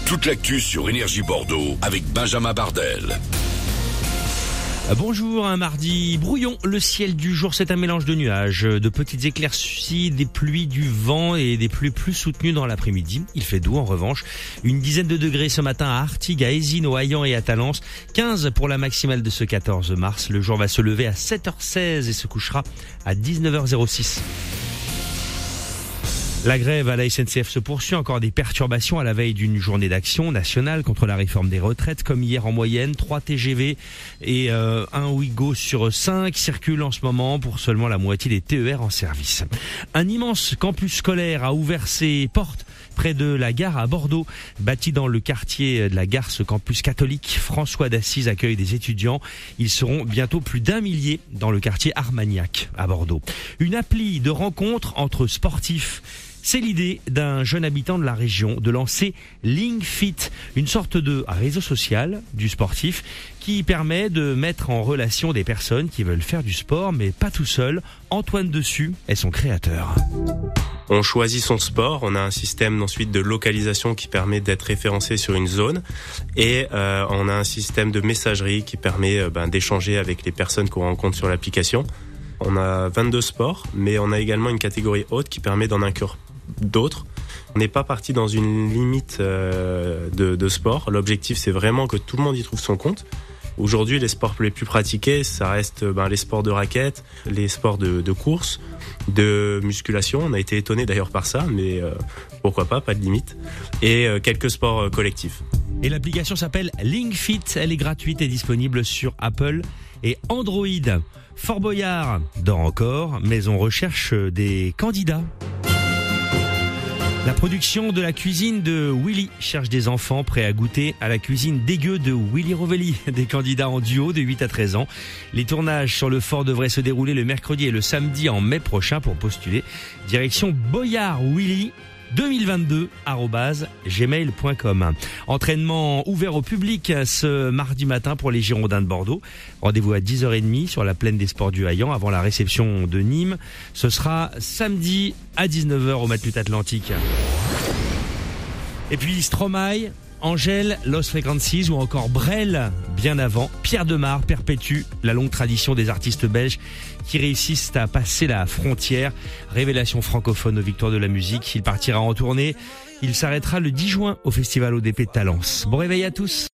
toute l'actu sur Énergie Bordeaux avec Benjamin Bardel. Bonjour, un mardi brouillon. Le ciel du jour, c'est un mélange de nuages, de petites éclaircies, des pluies, du vent et des pluies plus soutenues dans l'après-midi. Il fait doux en revanche. Une dizaine de degrés ce matin à Artigues, à Ézine, au Haillan et à Talence. 15 pour la maximale de ce 14 mars. Le jour va se lever à 7h16 et se couchera à 19h06. La grève à la SNCF se poursuit, encore des perturbations à la veille d'une journée d'action nationale contre la réforme des retraites. Comme hier en moyenne, 3 TGV et un Ouigo sur 5 circulent en ce moment pour seulement la moitié des TER en service. Un immense campus scolaire a ouvert ses portes près de la gare à Bordeaux. Bâti dans le quartier de la gare, ce campus catholique François d'Assise accueille des étudiants. Ils seront bientôt plus d'1 millier dans le quartier Armagnac à Bordeaux. Une appli de rencontre entre sportifs. C'est l'idée d'un jeune habitant de la région de lancer LinkFit, une sorte de réseau social du sportif qui permet de mettre en relation des personnes qui veulent faire du sport, mais pas tout seul. Antoine Dessus est son créateur. On choisit son sport, on a un système ensuite de localisation qui permet d'être référencé sur une zone et on a un système de messagerie qui permet d'échanger avec les personnes qu'on rencontre sur l'application. On a 22 sports, mais on a également une catégorie haute qui permet d'en inclure d'autres. On n'est pas parti dans une limite de sport. L'objectif, c'est vraiment que tout le monde y trouve son compte. Aujourd'hui, les sports les plus pratiqués, ça reste les sports de raquettes, les sports de course, de musculation. On a été étonnés d'ailleurs par ça, mais pourquoi pas de limite. Et quelques sports collectifs. Et l'application s'appelle LinkFit. Elle est gratuite et disponible sur Apple et Android. Fort Boyard dort encore, mais on recherche des candidats. La production de la cuisine de Willy cherche des enfants prêts à goûter à la cuisine dégueu de Willy Rovelli. Des candidats en duo de 8 à 13 ans. Les tournages sur le fort devraient se dérouler le mercredi et le samedi en mai prochain pour postuler. Direction boyardwilly 2022@gmail.com. Entraînement ouvert au public ce mardi matin pour les Girondins de Bordeaux. Rendez-vous à 10h30 sur la plaine des Sports du Haillan avant la réception de Nîmes. Ce sera samedi à 19h au Matmut Atlantique. Et puis Stromae, Angèle, Lost Frequencies ou encore Brel, bien avant. Pierre Demar perpétue la longue tradition des artistes belges qui réussissent à passer la frontière. Révélation francophone aux Victoires de la musique. Il partira en tournée. Il s'arrêtera le 10 juin au Festival ODP de Talence. Bon réveil à tous.